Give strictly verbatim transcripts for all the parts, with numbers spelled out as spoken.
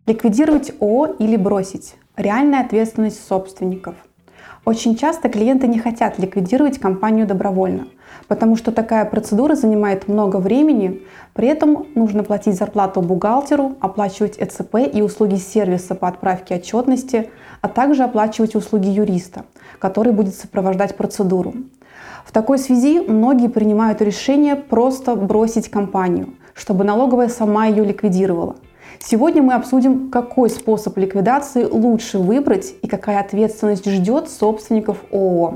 Ликвидировать ООО или бросить. Реальная ответственность собственников. Очень часто клиенты не хотят ликвидировать компанию добровольно, потому что такая процедура занимает много времени, при этом нужно платить зарплату бухгалтеру, оплачивать э цэ пэ и услуги сервиса по отправке отчетности, а также оплачивать услуги юриста, который будет сопровождать процедуру. В такой связи многие принимают решение просто бросить компанию, чтобы налоговая сама ее ликвидировала. Сегодня мы обсудим, какой способ ликвидации лучше выбрать и какая ответственность ждет собственников ООО.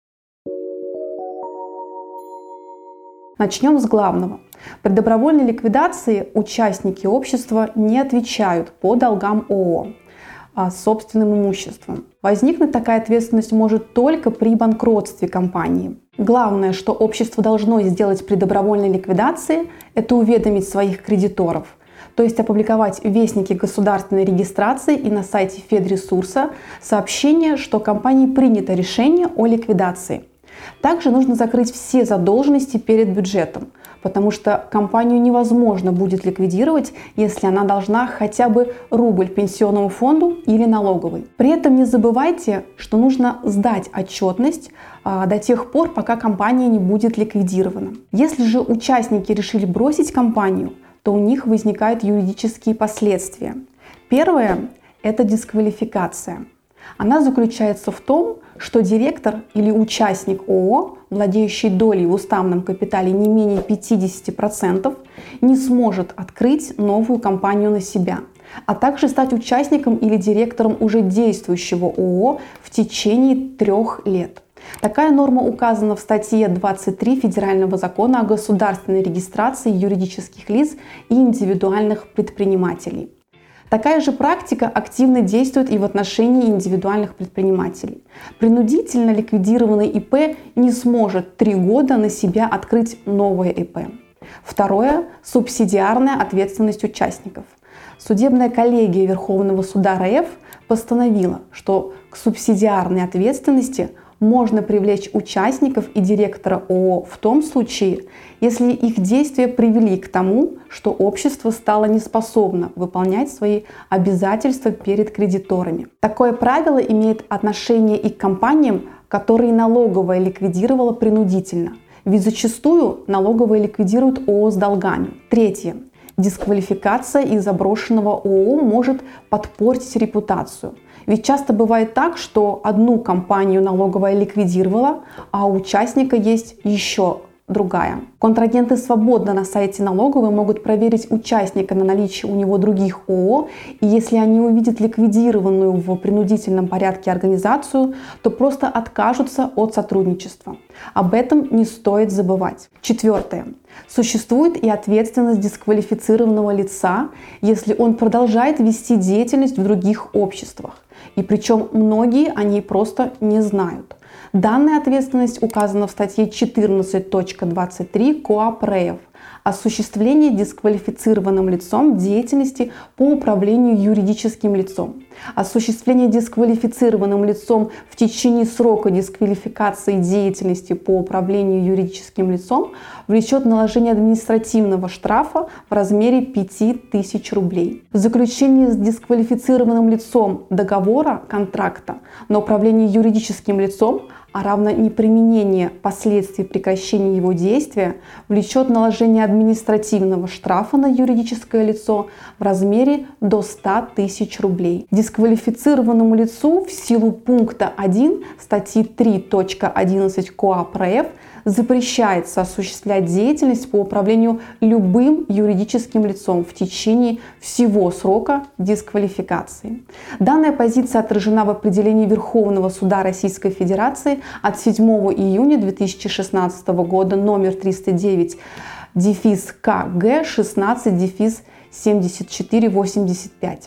Начнем с главного. При добровольной ликвидации участники общества не отвечают по долгам ООО а собственным имуществом. Возникнуть такая ответственность может только при банкротстве компании. Главное, что общество должно сделать при добровольной ликвидации, это уведомить своих кредиторов, то есть опубликовать в Вестнике государственной регистрации и на сайте Федресурса сообщение, что компанией принято решение о ликвидации. Также нужно закрыть все задолженности перед бюджетом, потому что компанию невозможно будет ликвидировать, если она должна хотя бы рубль пенсионному фонду или налоговой. При этом не забывайте, что нужно сдать отчетность а, до тех пор, пока компания не будет ликвидирована. Если же участники решили бросить компанию, то у них возникают юридические последствия. Первое – это дисквалификация. Она заключается в том, что директор или участник ООО, владеющий долей в уставном капитале не менее пятидесяти процентов, не сможет открыть новую компанию на себя, а также стать участником или директором уже действующего ООО в течение трех лет. Такая норма указана в статье двадцать три Федерального закона о государственной регистрации юридических лиц и индивидуальных предпринимателей. Такая же практика активно действует и в отношении индивидуальных предпринимателей. Принудительно ликвидированный и пэ не сможет три года на себя открыть новое и пэ. Второе – субсидиарная ответственность участников. Судебная коллегия Верховного суда эр эф постановила, что к субсидиарной ответственности можно привлечь участников и директора ООО в том случае, если их действия привели к тому, что общество стало неспособно выполнять свои обязательства перед кредиторами. Такое правило имеет отношение и к компаниям, которые налоговая ликвидировала принудительно, ведь зачастую налоговая ликвидирует ООО с долгами. Третье. Дисквалификация из заброшенного ООО может подпортить репутацию. Ведь часто бывает так, что одну компанию налоговая ликвидировала, а у участника есть еще другая. Контрагенты свободно на сайте налоговой могут проверить участника на наличие у него других ООО, и если они увидят ликвидированную в принудительном порядке организацию, то просто откажутся от сотрудничества. Об этом не стоит забывать. Четвертое. Существует и ответственность дисквалифицированного лица, если он продолжает вести деятельность в других обществах. И причем многие о ней просто не знают. Данная ответственность указана в статье четырнадцать точка двадцать три КоАП эр эф «Осуществление дисквалифицированным лицом деятельности по управлению юридическим лицом». Осуществление дисквалифицированным лицом в течение срока дисквалификации деятельности по управлению юридическим лицом влечет наложение административного штрафа в размере пяти тысяч рублей. В заключении с дисквалифицированным лицом договора, контракта на управление юридическим лицом, а равно неприменение последствий прекращения его действия, влечет наложение административного штрафа на юридическое лицо в размере до ста тысяч рублей. Дисквалифицированному лицу в силу пункта один статьи три точка одиннадцать КоАП эр эф запрещается осуществлять деятельность по управлению любым юридическим лицом в течение всего срока дисквалификации. Данная позиция отражена в определении Верховного суда Российской Федерации от седьмого июня две тысячи шестнадцатого года номер триста девять дефис ка гэ шестнадцать дефис семьдесят четыре восемьдесят пять.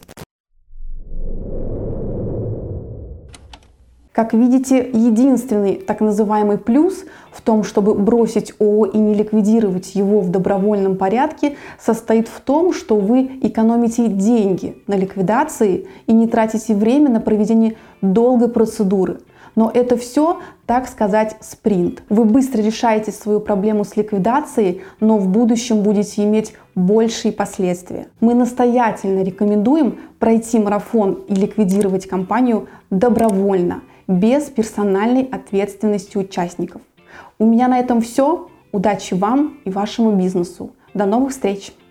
Как видите, единственный так называемый плюс в том, чтобы бросить ООО и не ликвидировать его в добровольном порядке, состоит в том, что вы экономите деньги на ликвидации и не тратите время на проведение долгой процедуры. Но это все, так сказать, спринт. Вы быстро решаете свою проблему с ликвидацией, но в будущем будете иметь большие последствия. Мы настоятельно рекомендуем пройти марафон и ликвидировать компанию добровольно, без персональной ответственности участников. У меня на этом все. Удачи вам и вашему бизнесу. До новых встреч!